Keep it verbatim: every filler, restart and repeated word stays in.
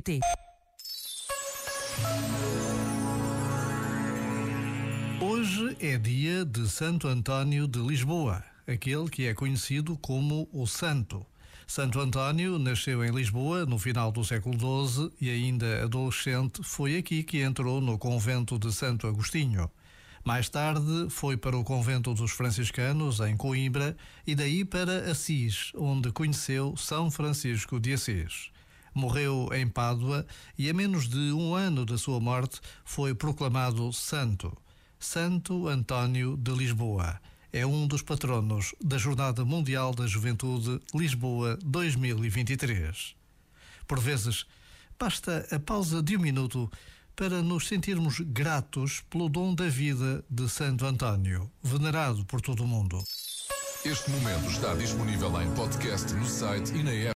pt. Hoje é dia de Santo António de Lisboa, aquele que é conhecido como o Santo. Santo António nasceu em Lisboa no final do século doze e, ainda adolescente, foi aqui que entrou no convento de Santo Agostinho. Mais tarde foi para o convento dos franciscanos, em Coimbra, e daí para Assis, onde conheceu São Francisco de Assis. Morreu em Pádua e, a menos de um ano da sua morte, foi proclamado santo. Santo António de Lisboa é um dos patronos da Jornada Mundial da Juventude Lisboa dois mil e vinte e três. Por vezes, basta a pausa de um minuto para nos sentirmos gratos pelo dom da vida de Santo António, venerado por todo o mundo. Este momento está disponível em podcast no site e na app.